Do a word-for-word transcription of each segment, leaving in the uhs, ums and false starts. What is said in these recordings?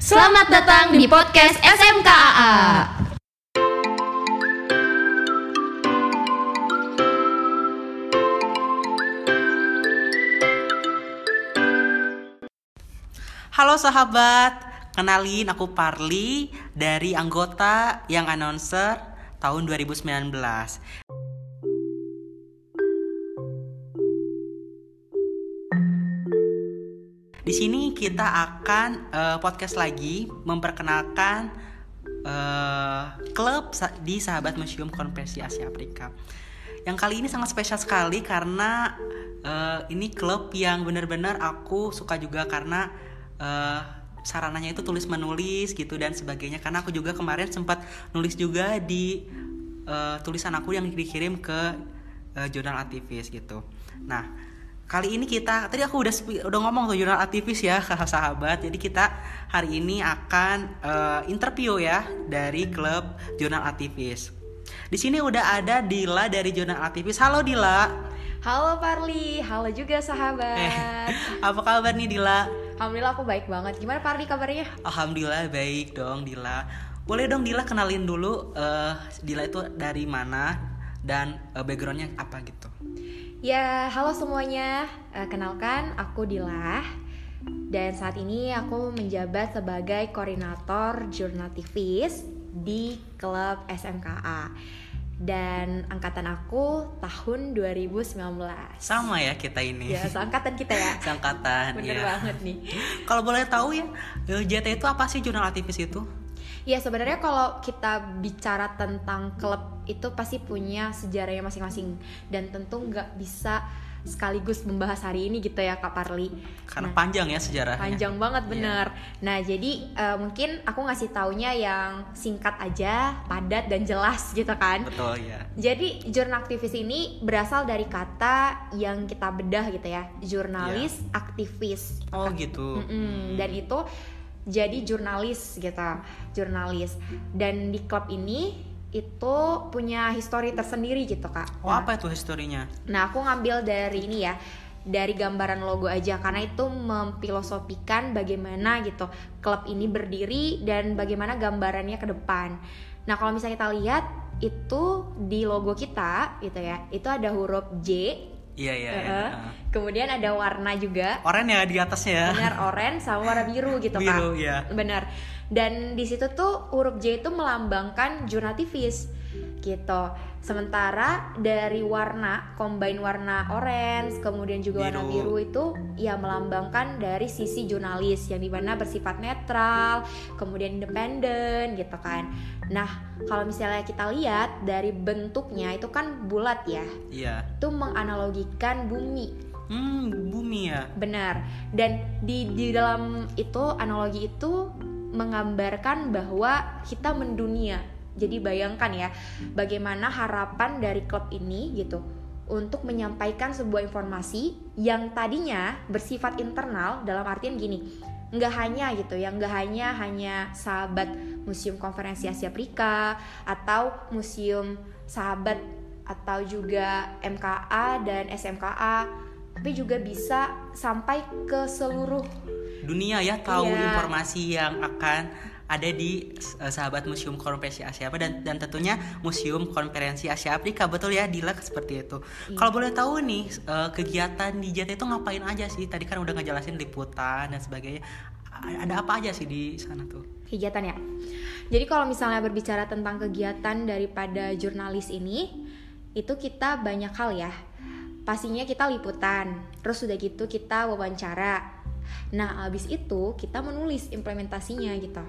Selamat datang di podcast S M K A A. Halo sahabat, kenalin aku Parli dari anggota yang announcer tahun dua ribu sembilan belas. Di sini kita akan uh, podcast lagi memperkenalkan uh, klub sa- di Sahabat Museum Konferensi Asia Afrika. Yang kali ini sangat spesial sekali karena uh, ini klub yang benar-benar aku suka juga karena uh, sarananya itu tulis menulis gitu dan sebagainya. Karena aku juga kemarin sempat nulis juga di uh, tulisan aku yang dikirim ke uh, jurnal aktivis gitu. Nah. Kali ini kita, tadi aku udah udah ngomong tuh jurnal aktivis ya sahabat. Jadi kita hari ini akan uh, interview ya dari klub jurnal aktivis. Di sini udah ada Dila dari jurnal aktivis. Halo Dila. Halo Parli, halo juga sahabat. Eh, apa kabar nih Dila? Alhamdulillah aku baik banget. Gimana Parli kabarnya? Alhamdulillah baik dong Dila. Boleh dong Dila kenalin dulu uh, Dila itu dari mana dan uh, backgroundnya apa gitu. Ya, halo semuanya. Uh, kenalkan, aku Dila. Dan saat ini aku menjabat sebagai koordinator jurnal aktivis di klub S M K A. Dan angkatan aku tahun dua ribu sembilan belas. Sama ya kita ini. Ya, seangkatan kita ya. Seangkatan. Bener ya. banget nih. Kalau boleh tahu ya, J T itu apa sih jurnal aktivis itu? Ya sebenarnya kalau kita bicara tentang klub itu pasti punya sejarahnya masing-masing dan tentu nggak bisa sekaligus membahas hari ini gitu ya Kak Parli. Karena nah, panjang ya sejarahnya. Panjang banget bener. Yeah. Nah jadi uh, mungkin aku ngasih taunya yang singkat aja, padat dan jelas gitu kan. Betul ya. Jadi jurnal aktivis ini berasal dari kata yang kita bedah gitu ya, jurnalis yeah. aktivis. Oh gitu. Mm-mm. Dan itu jadi jurnalis gitu, jurnalis. Dan di klub ini itu punya histori tersendiri gitu Kak. Oh nah, apa itu historinya? Nah aku ngambil dari ini ya, dari gambaran logo aja karena itu memfilosofikan bagaimana gitu klub ini berdiri dan bagaimana gambarannya ke depan. Nah kalau misalnya kita lihat itu di logo kita gitu ya, itu ada huruf J. Iya iya. Uh, iya. Kemudian ada warna juga. Oranye ya di atasnya. Benar, oranye sama warna biru gitu Kak. Biru ya. Benar. Dan di situ tuh huruf J itu melambangkan jurnal aktivis gitu. Sementara dari warna, combine warna orange, kemudian juga biru. Warna biru itu ya melambangkan dari sisi jurnalis yang dimana bersifat netral, kemudian independen gitu kan. Nah kalau misalnya kita lihat dari bentuknya itu kan bulat ya. Iya. Itu menganalogikan bumi. Hmm bumi ya. Benar. Dan di di dalam itu analogi itu menggambarkan bahwa kita mendunia. Jadi bayangkan ya, bagaimana harapan dari klub ini gitu untuk menyampaikan sebuah informasi yang tadinya bersifat internal dalam artian gini, nggak hanya gitu ya, nggak hanya hanya sahabat Museum Konferensi Asia Afrika atau Museum Sahabat atau juga M K A dan S M K A, tapi juga bisa sampai ke seluruh dunia ya, tahu iya. informasi yang akan ada di uh, Sahabat Museum Konferensi Asia Afrika dan dan tentunya Museum Konferensi Asia Afrika. Betul ya Dila, seperti itu. Iya. Kalau boleh tahu nih uh, kegiatan di J T itu ngapain aja sih? Tadi kan udah ngejelasin liputan dan sebagainya. Ada apa aja sih di sana tuh? Kegiatan ya. Jadi kalau misalnya berbicara tentang kegiatan daripada jurnalis ini, itu kita banyak hal ya. Pastinya kita liputan, terus udah gitu kita wawancara. Nah abis itu kita menulis implementasinya gitu.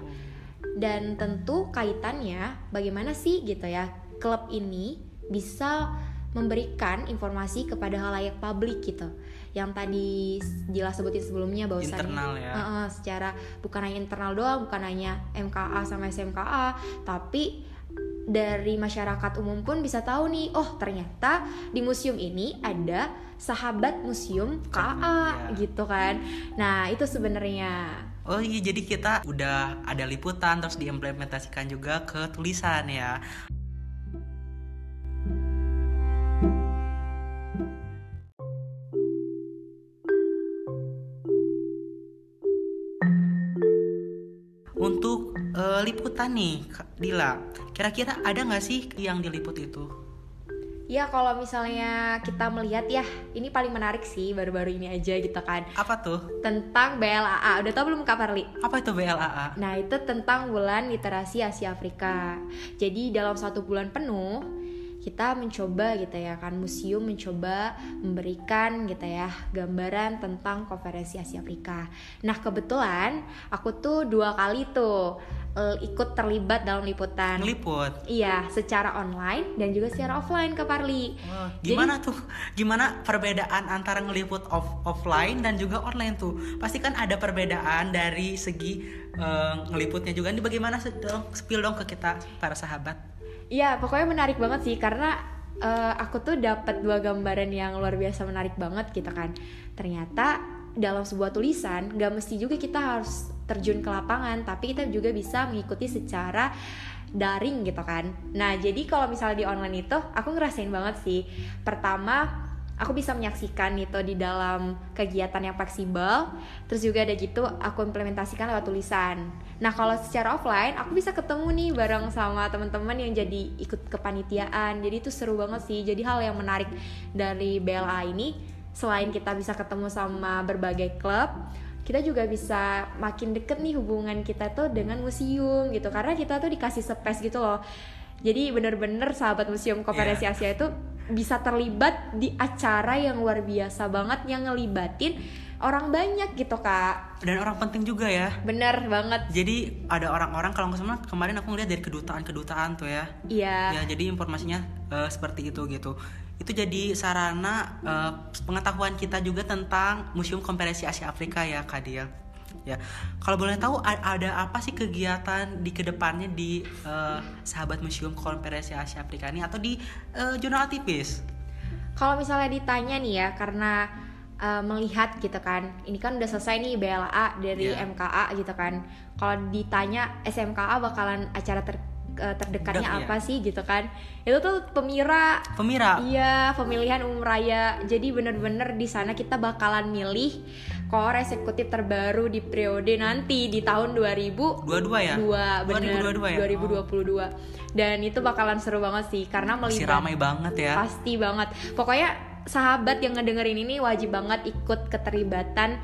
Dan tentu kaitannya bagaimana sih gitu ya klub ini bisa memberikan informasi kepada halayak publik gitu. Yang tadi Dila sebutin sebelumnya bahwasannya internal ya. uh, secara bukan hanya internal doang, bukan hanya M K A sama S M K A, tapi dari masyarakat umum pun bisa tahu nih, oh ternyata di museum ini ada sahabat museum K A ya. Gitu kan. Nah itu sebenarnya. Oh iya, jadi kita udah ada liputan terus diimplementasikan juga ke tulisan ya. untuk uh, liputan nih, Dila. Kira-kira ada nggak sih yang diliput itu? Ya kalau misalnya kita melihat ya, ini paling menarik sih baru-baru ini aja gitu kan. Apa tuh? Tentang B L A A. Udah tau belum Kak Parli? Apa itu B L A A? Nah itu tentang Bulan Literasi Asia Afrika. Jadi dalam satu bulan penuh kita mencoba gitu ya kan, museum mencoba memberikan gitu ya gambaran tentang Konferensi Asia Afrika. Nah kebetulan aku tuh dua kali tuh uh, ikut terlibat dalam liputan. Ngeliput? Iya, secara online dan juga secara offline Kak Parli. Oh, gimana Jadi, tuh? Gimana perbedaan antara ngeliput off- offline dan juga online tuh? Pasti kan ada perbedaan dari segi uh, ngeliputnya juga. Ini bagaimana sih dong? Spill dong ke kita para sahabat. Iya, pokoknya menarik banget sih karena uh, aku tuh dapat dua gambaran yang luar biasa menarik banget gitu kan. Ternyata dalam sebuah tulisan gak mesti juga kita harus terjun ke lapangan, tapi kita juga bisa mengikuti secara daring gitu kan. Nah jadi kalau misalnya di online itu aku ngerasain banget sih. Pertama aku bisa menyaksikan itu di dalam kegiatan yang fleksibel, terus juga ada gitu aku implementasikan lewat tulisan. Nah kalau secara offline aku bisa ketemu nih bareng sama teman-teman yang jadi ikut kepanitiaan, jadi itu seru banget sih. Jadi hal yang menarik dari B L A ini, selain kita bisa ketemu sama berbagai klub, kita juga bisa makin deket nih hubungan kita tuh dengan museum gitu, karena kita tuh dikasih space gitu loh. Jadi bener-bener sahabat Museum Konferensi yeah. Asia itu bisa terlibat di acara yang luar biasa banget, yang ngelibatin orang banyak gitu Kak. Dan orang penting juga ya. Bener banget. Jadi ada orang-orang, kalau nggak salah kemarin aku ngeliat dari kedutaan-kedutaan tuh ya. Iya. Ya jadi informasinya uh, seperti itu gitu. Itu jadi sarana uh, pengetahuan kita juga tentang Museum Konferensi Asia Afrika ya Kak Dia. Ya, kalau boleh tahu ada apa sih kegiatan di kedepannya di uh, sahabat Museum Konferensi Asia Afrika ini atau di uh, jurnal Atipis? Kalau misalnya ditanya nih ya, karena uh, melihat gitu kan, ini kan udah selesai nih B L A dari yeah. M K A gitu kan. Kalau ditanya S M K A bakalan acara ter terdekatnya Dek, apa iya. sih gitu kan, itu tuh Pemira Pemira iya pemilihan umum raya. Jadi bener-bener di sana kita bakalan milih koor eksekutif terbaru di periode nanti di tahun dua ribu dua puluh dua ya dua, bener, dua ribu dua puluh dua ya? dua ribu dua puluh dua. Dan itu bakalan seru banget sih karena melibat, masih ramai banget ya, pasti banget. Pokoknya sahabat yang ngedengerin ini wajib banget ikut keterlibatan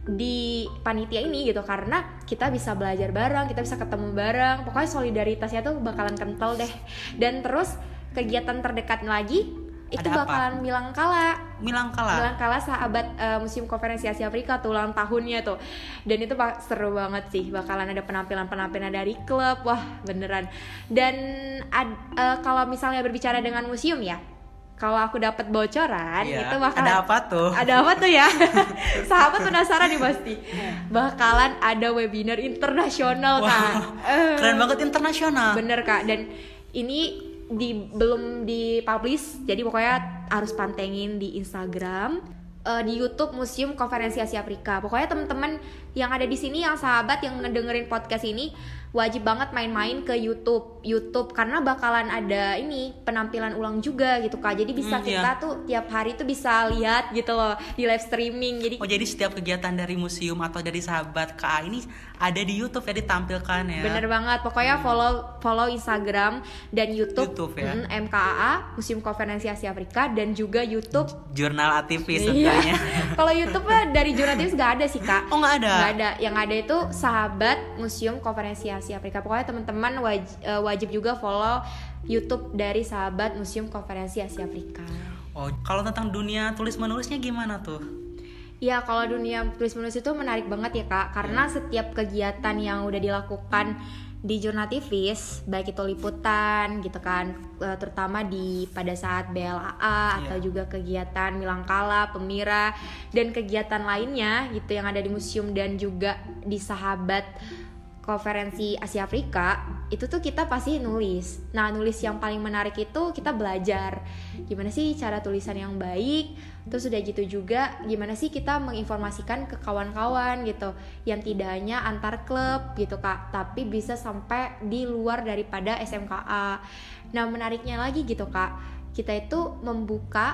di panitia ini gitu, karena kita bisa belajar bareng, kita bisa ketemu bareng, pokoknya solidaritasnya tuh bakalan kental deh. Dan terus kegiatan terdekat lagi itu ada bakalan apa? Milangkala Milangkala Milangkala sahabat uh, Museum Konferensi Asia Afrika tuh ulang tahunnya tuh. Dan itu bak- seru banget sih, bakalan ada penampilan-penampilan dari klub, wah beneran. Dan ad- uh, kalau misalnya berbicara dengan museum ya, kalau aku dapat bocoran iya, itu bakalan ada apa tuh? Ada apa tuh ya? Sahabat penasaran nih pasti. Bakalan ada webinar internasional wow, Kak. Uh, keren banget internasional. Bener Kak. Dan ini di belum dipublish, jadi pokoknya harus pantengin di Instagram, uh, di YouTube Museum Konferensi Asia Afrika. Pokoknya teman-teman yang ada di sini, yang sahabat yang ngedengerin podcast ini, wajib banget main-main ke YouTube YouTube karena bakalan ada ini penampilan ulang juga gitu Kak. Jadi bisa hmm, kita iya. tuh tiap hari tuh bisa lihat gitu loh di live streaming. Jadi oh jadi setiap kegiatan dari museum atau dari sahabat K A ini ada di YouTube ya, ditampilkan ya. Bener banget. Pokoknya hmm. follow follow Instagram dan YouTube, YouTube ya? mm, M K A A Museum Konferensi Asia Afrika, dan juga YouTube Jurnal Atipis iya. tentunya. Kalau YouTube mah dari Jurnal Atipis nggak ada sih Kak. Oh nggak ada. Nggak ada. Yang ada itu sahabat Museum Konferensi Asia Afrika. Pokoknya teman-teman waj- wajib juga follow YouTube dari sahabat Museum Konferensi Asia Afrika. Oh, kalau tentang dunia tulis menulisnya gimana tuh? Ya, kalau dunia tulis menulis itu menarik banget ya Kak, karena setiap kegiatan yang udah dilakukan di Jurnal Atipis, baik itu liputan gitu kan, terutama di pada saat B L A A yeah. atau juga kegiatan Milangkala, Pemira, dan kegiatan lainnya gitu yang ada di museum dan juga di sahabat Konferensi Asia Afrika, itu tuh kita pasti nulis. Nah, nulis yang paling menarik itu kita belajar gimana sih cara tulisan yang baik. Terus udah gitu juga gimana sih kita menginformasikan ke kawan-kawan gitu, yang tidak hanya antar klub gitu Kak, tapi bisa sampai di luar daripada S M K A. Nah, menariknya lagi gitu Kak, kita itu membuka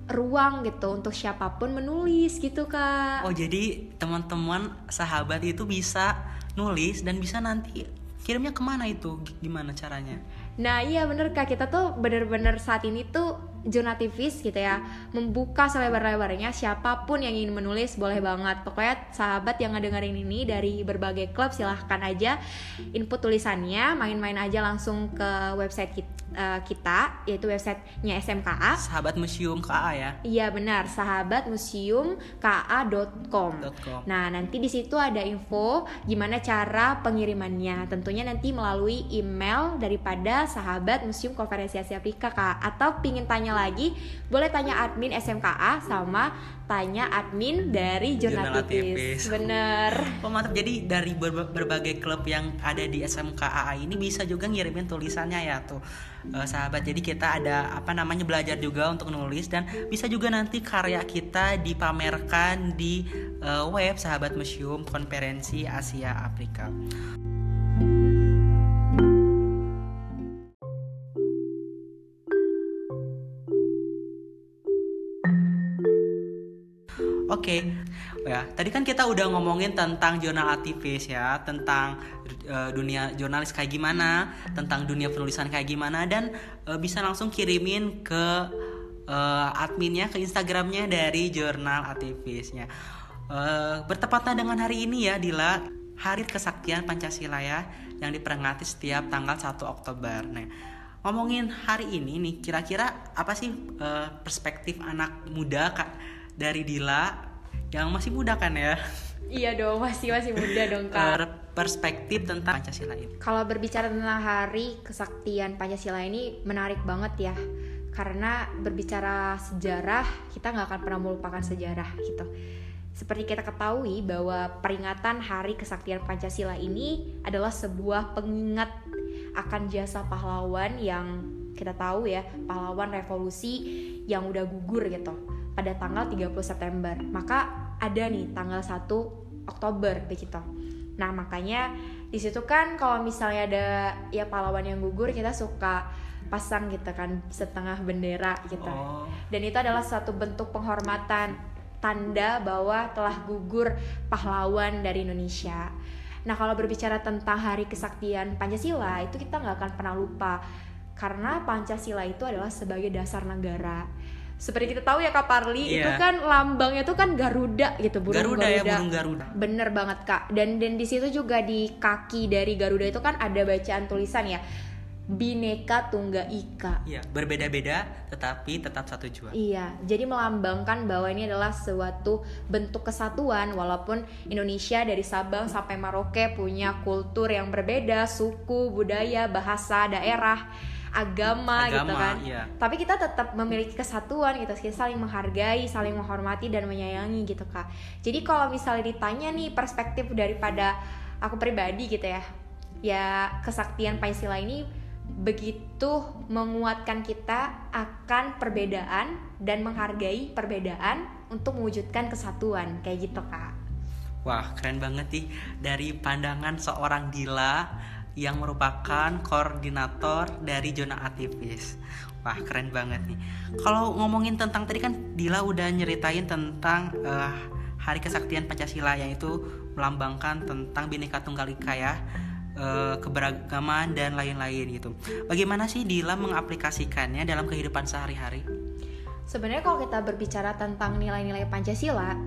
ruang gitu untuk siapapun menulis gitu Kak. Oh jadi teman-teman sahabat itu bisa nulis dan bisa nanti kirimnya kemana itu? Gimana caranya? Nah iya bener Kak, kita tuh bener-bener saat ini tuh Jurnativis gitu ya, membuka selebar-lebarnya, siapapun yang ingin menulis boleh banget. Pokoknya sahabat yang ngedengerin ini dari berbagai klub silahkan aja input tulisannya, main-main aja langsung ke website kita, uh, kita yaitu websitenya S M K A, Sahabat Museum K A ya. Iya benar, sahabat museum k a dot com. Nah nanti di situ ada info gimana cara pengirimannya, tentunya nanti melalui email daripada sahabat Museum Konferensi Asia Afrika Kak. Atau pingin tanya lagi, boleh tanya admin S M K A sama tanya admin dari Jurnativis. Bener. Oh mantap, jadi dari ber- berbagai klub yang ada di S M K A ini bisa juga ngirimin tulisannya ya tuh uh, sahabat. Jadi kita ada apa namanya belajar juga untuk nulis, dan bisa juga nanti karya kita dipamerkan di uh, web Sahabat Museum Konferensi Asia Afrika. Oke, okay. Ya, tadi kan kita udah ngomongin tentang jurnal aktivis ya, tentang uh, dunia jurnalis kayak gimana, tentang dunia penulisan kayak gimana, dan uh, bisa langsung kirimin ke uh, adminnya, ke Instagramnya dari jurnal aktivisnya. Uh, bertepatan dengan hari ini ya, Dila, Hari Kesaktian Pancasila ya, yang diperingati setiap tanggal satu Oktober. Nah, ngomongin hari ini nih, kira-kira apa sih uh, perspektif anak muda Kak dari Dila yang masih muda kan ya? Iya dong, masih masih muda dong Kak. Perspektif tentang Pancasila ini. Kalau berbicara tentang Hari Kesaktian Pancasila ini menarik banget ya, karena berbicara sejarah kita nggak akan pernah melupakan sejarah gitu. Seperti kita ketahui bahwa peringatan Hari Kesaktian Pancasila ini adalah sebuah pengingat akan jasa pahlawan yang kita tahu ya, pahlawan revolusi yang udah gugur gitu pada tanggal tiga puluh September. Maka ada nih tanggal satu Oktober begitu. Nah, makanya di situ kan kalau misalnya ada ya pahlawan yang gugur, kita suka pasang gitu kan setengah bendera gitu. Oh. Dan itu adalah suatu bentuk penghormatan, tanda bahwa telah gugur pahlawan dari Indonesia. Nah, kalau berbicara tentang Hari Kesaktian Pancasila, itu kita nggak akan pernah lupa, karena Pancasila itu adalah sebagai dasar negara. Seperti kita tahu ya Kak Parli, yeah. Itu kan lambangnya itu kan Garuda gitu, burung Garuda. Garuda ya, burung Garuda. Bener banget Kak. Dan dan di situ juga di kaki dari Garuda itu kan ada bacaan tulisan ya, Bhinneka Tunggal Ika. Iya, berbeda-beda tetapi tetap satu jua. Iya, jadi melambangkan bahwa ini adalah suatu bentuk kesatuan, walaupun Indonesia dari Sabang sampai Merauke punya kultur yang berbeda, suku, budaya, bahasa, daerah, agama, agama gitu kan. Iya. Tapi kita tetap memiliki kesatuan gitu, kita saling menghargai, saling menghormati dan menyayangi gitu Kak. Jadi kalau misalnya ditanya nih perspektif daripada aku pribadi gitu ya, ya kesaktian Pancasila ini begitu menguatkan kita akan perbedaan dan menghargai perbedaan untuk mewujudkan kesatuan kayak gitu Kak. Wah, keren banget nih dari pandangan seorang Dila yang merupakan koordinator dari Zona Aktivis. Wah, keren banget nih. Kalau ngomongin tentang tadi kan Dila udah nyeritain tentang uh, Hari Kesaktian Pancasila, yang itu melambangkan tentang Bhinneka Tunggal Ika ya, uh, keberagaman dan lain-lain gitu. Bagaimana sih Dila mengaplikasikannya dalam kehidupan sehari-hari? Sebenarnya kalau kita berbicara tentang nilai-nilai Pancasila,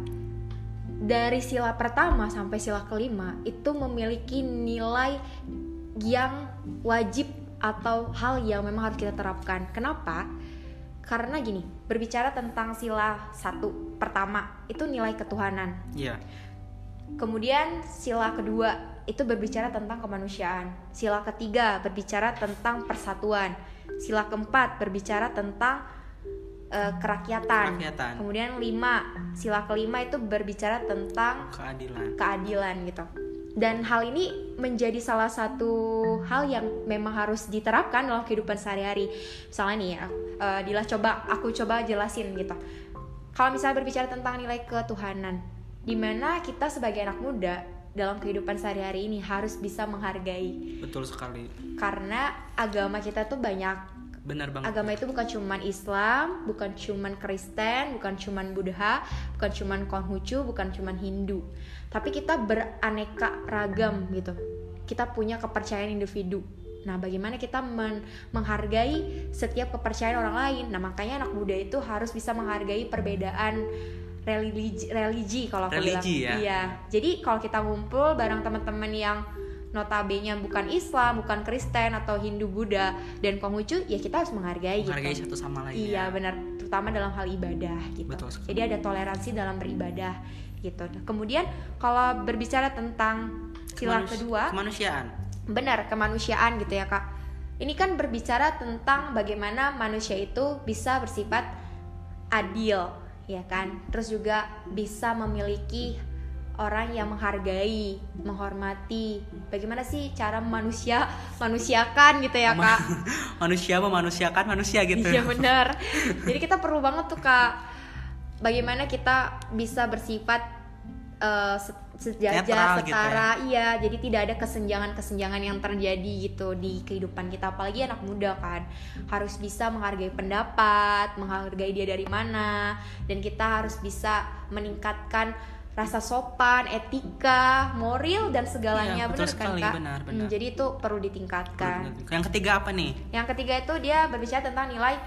dari sila pertama sampai sila kelima itu memiliki nilai yang wajib atau hal yang memang harus kita terapkan. Kenapa? Karena gini, berbicara tentang sila satu pertama itu nilai ketuhanan. Iya. Yeah. Kemudian sila kedua itu berbicara tentang kemanusiaan. Sila ketiga berbicara tentang persatuan. Sila keempat berbicara tentang uh, kerakyatan. kerakyatan. Kemudian lima, sila kelima itu berbicara tentang keadilan. Keadilan gitu. Dan hal ini menjadi salah satu hal yang memang harus diterapkan dalam kehidupan sehari-hari. Misalnya nih ya, uh, Dila coba aku coba jelasin gitu. Kalau misalnya berbicara tentang nilai ketuhanan, dimana kita sebagai anak muda dalam kehidupan sehari-hari ini harus bisa menghargai. Betul sekali. Karena agama kita tuh banyak Benar banget. Agama itu bukan cuman Islam, bukan cuman Kristen, bukan cuman Buddha, bukan cuman Konghucu, bukan cuman Hindu. Tapi kita beraneka ragam gitu. Kita punya kepercayaan individu. Nah, bagaimana kita men- menghargai setiap kepercayaan orang lain. Nah, makanya anak muda itu harus bisa menghargai perbedaan religi, religi kalau aku bilang. Religi ya. Iya. Jadi kalau kita ngumpul bareng teman-teman yang notabene bukan Islam, bukan Kristen atau Hindu, Buddha dan Konghucu, ya kita harus menghargai, menghargai gitu. satu sama lain. Iya, benar, terutama dalam hal ibadah gitu. Betul sekali. Jadi ada toleransi dalam beribadah gitu. Kemudian kalau berbicara tentang sila Kemanus- kedua, kemanusiaan. benar, kemanusiaan gitu ya, Kak. Ini kan berbicara tentang bagaimana manusia itu bisa bersifat adil, ya kan? Terus juga bisa memiliki orang yang menghargai, menghormati. Bagaimana sih cara manusia manusiakan gitu ya, Kak? Manusia memanusiakan manusia gitu. Iya benar. Jadi kita perlu banget tuh, Kak, bagaimana kita bisa bersifat uh, se- sejajar, Netral gitu setara. Iya, jadi tidak ada kesenjangan-kesenjangan yang terjadi gitu di kehidupan kita. Apalagi anak muda kan, harus bisa menghargai pendapat, menghargai dia dari mana, dan kita harus bisa meningkatkan rasa sopan, etika, moral dan segalanya. Iya, betul benar kan, sekali, Kak? benar, benar. Hmm, jadi itu perlu ditingkatkan. Yang ketiga apa nih? Yang ketiga itu dia berbicara tentang nilai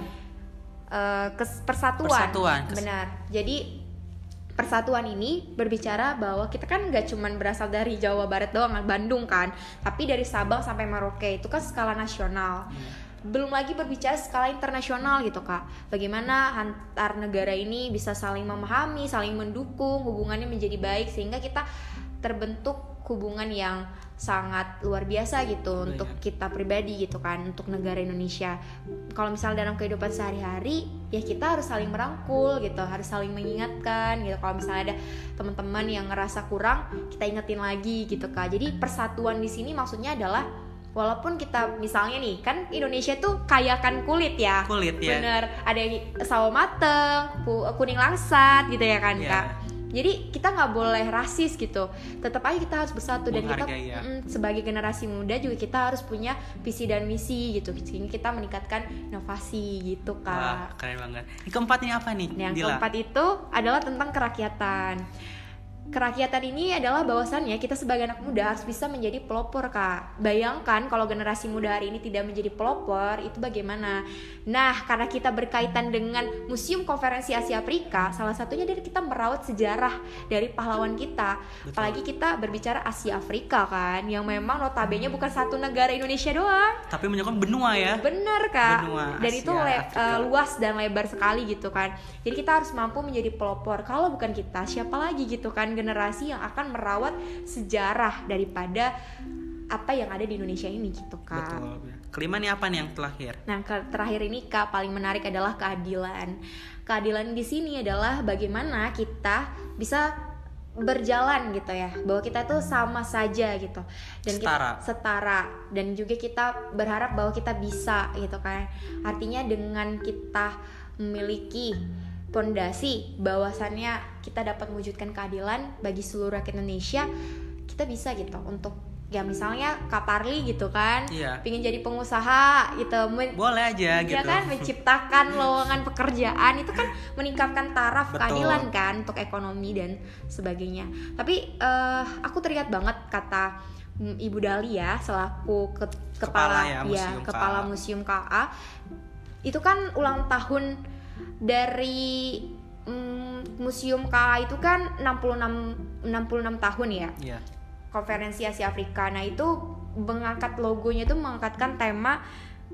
uh, kes- persatuan. Persatuan, kes- Benar. Jadi persatuan ini berbicara bahwa kita kan nggak cuman berasal dari Jawa Barat doang, Bandung kan, tapi dari Sabang sampai Merauke itu kan skala nasional. Hmm. Belum lagi berbicara skala internasional gitu, Kak. Bagaimana antar negara ini bisa saling memahami, saling mendukung, hubungannya menjadi baik sehingga kita terbentuk hubungan yang sangat luar biasa gitu. Betul, untuk ya. kita pribadi gitu kan, untuk negara Indonesia. Kalau misalnya dalam kehidupan sehari-hari ya kita harus saling merangkul gitu, harus saling mengingatkan gitu. Kalau misalnya ada teman-teman yang ngerasa kurang, kita ingetin lagi gitu, Kak. Jadi persatuan di sini maksudnya adalah walaupun kita misalnya nih kan Indonesia tuh kaya kan kulit ya, Kulit ya. bener, ada yang sawo mateng, pu- kuning langsat gitu ya kan, Ya. Kak. Jadi kita nggak boleh rasis gitu, tetap aja kita harus bersatu. Dan kita Menghargai, ya. mm, sebagai generasi muda juga kita harus punya visi dan misi gitu, sehingga kita meningkatkan inovasi gitu, Wah, Kak. keren banget. Yang keempat ini apa nih? Yang Dila? keempat itu adalah tentang kerakyatan. Kerakyatan ini adalah bahwasannya kita sebagai anak muda harus bisa menjadi pelopor, Kak. Bayangkan kalau generasi muda hari ini tidak menjadi pelopor, itu bagaimana? Nah, karena kita berkaitan dengan Museum Konferensi Asia Afrika, salah satunya dari kita merawat sejarah dari pahlawan kita. Betul. Apalagi kita berbicara Asia Afrika kan, yang memang notabene bukan satu negara Indonesia doang. Tapi menyokong benua ya. Bener, Kak. Benua Dan Asia, itu le- Afrika. uh, luas dan lebar sekali gitu kan. Jadi kita harus mampu menjadi pelopor. Kalau bukan kita, siapa lagi gitu kan, generasi yang akan merawat sejarah daripada apa yang ada di Indonesia ini gitu, Kak. Betul. Kelima nih apa nih yang terakhir? Nah, ke- terakhir ini, Kak, paling menarik adalah keadilan. Keadilan di sini adalah bagaimana kita bisa berjalan gitu ya, bahwa kita tuh sama saja gitu, dan Setara. kita setara, dan juga kita berharap bahwa kita bisa gitu kan. Artinya dengan kita memiliki pondasi bahwasannya kita dapat mewujudkan keadilan bagi seluruh rakyat Indonesia, kita bisa gitu untuk ya misalnya Kak Parli gitu kan, Iya. pingin jadi pengusaha gitu, men- Boleh aja ya gitu. kan, menciptakan lowongan pekerjaan, itu kan meningkatkan taraf Betul. keadilan kan untuk ekonomi dan sebagainya. Tapi eh, aku teringat banget kata mm, Ibu Dahlia selaku ke- Kepala kepala ya, ya, Museum K A. kepala Museum K A, itu kan ulang tahun dari mm, Museum K A itu kan enam puluh enam tahun ya. Iya. Konferensi Asia Afrika. Nah, itu mengangkat logonya itu mengangkatkan tema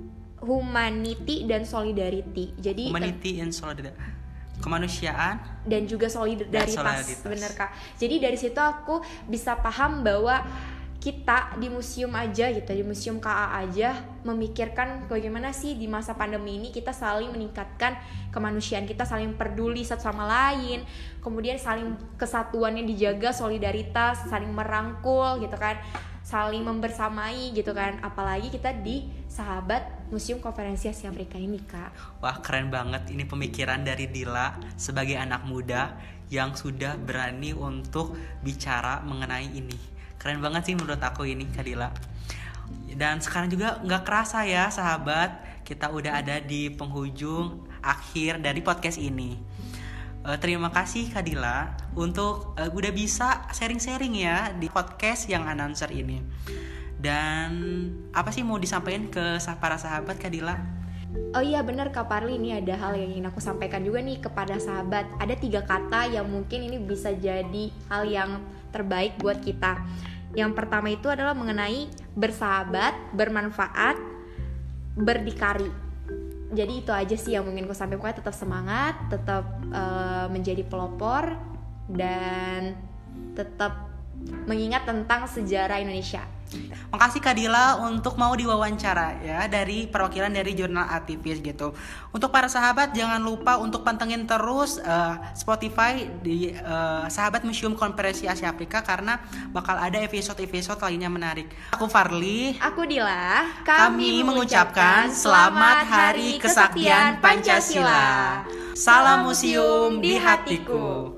humanity dan solidarity. Jadi Humanity and solidarity. Kemanusiaan. dan juga solidaritas, solidaritas. bener, Kak. Jadi dari situ aku bisa paham bahwa kita di museum aja gitu, di Museum K A aja memikirkan bagaimana sih di masa pandemi ini kita saling meningkatkan kemanusiaan kita, saling peduli satu sama lain, kemudian saling kesatuannya dijaga, solidaritas, saling merangkul gitu kan, saling membersamai gitu kan. Apalagi kita di sahabat Museum Konferensi Asia Afrika ini, Kak. Wah, keren banget ini pemikiran dari Dila sebagai anak muda yang sudah berani untuk bicara mengenai ini. Keren banget sih menurut aku ini, Kak Dila. Dan sekarang juga nggak kerasa ya sahabat, kita udah ada di penghujung akhir dari podcast ini. Uh, terima kasih Kak Dila untuk uh, udah bisa sharing-sharing ya di podcast yang announcer ini. Dan apa sih mau disampaikan ke para sahabat Kak Dila? Oh iya benar Kak Parli, ini ada hal yang ingin aku sampaikan juga nih kepada sahabat. Ada tiga kata yang mungkin ini bisa jadi hal yang terbaik buat kita. Yang pertama itu adalah mengenai bersahabat, bermanfaat, berdikari. Jadi itu aja sih yang mungkin aku sampaikan. Pokoknya tetap semangat, tetap uh, menjadi pelopor, dan tetap mengingat tentang sejarah Indonesia. Makasih Kak Dila untuk mau diwawancara ya dari perwakilan dari Jurnal Aktivis gitu. Untuk para sahabat jangan lupa untuk pantengin terus uh, Spotify di uh, Sahabat Museum Konferensi Asia Afrika karena bakal ada episode-episode lainnya menarik. Aku Farli, aku Dila. Kami, kami mengucapkan selamat Hari Kesaktian Pancasila. Salam museum di hatiku.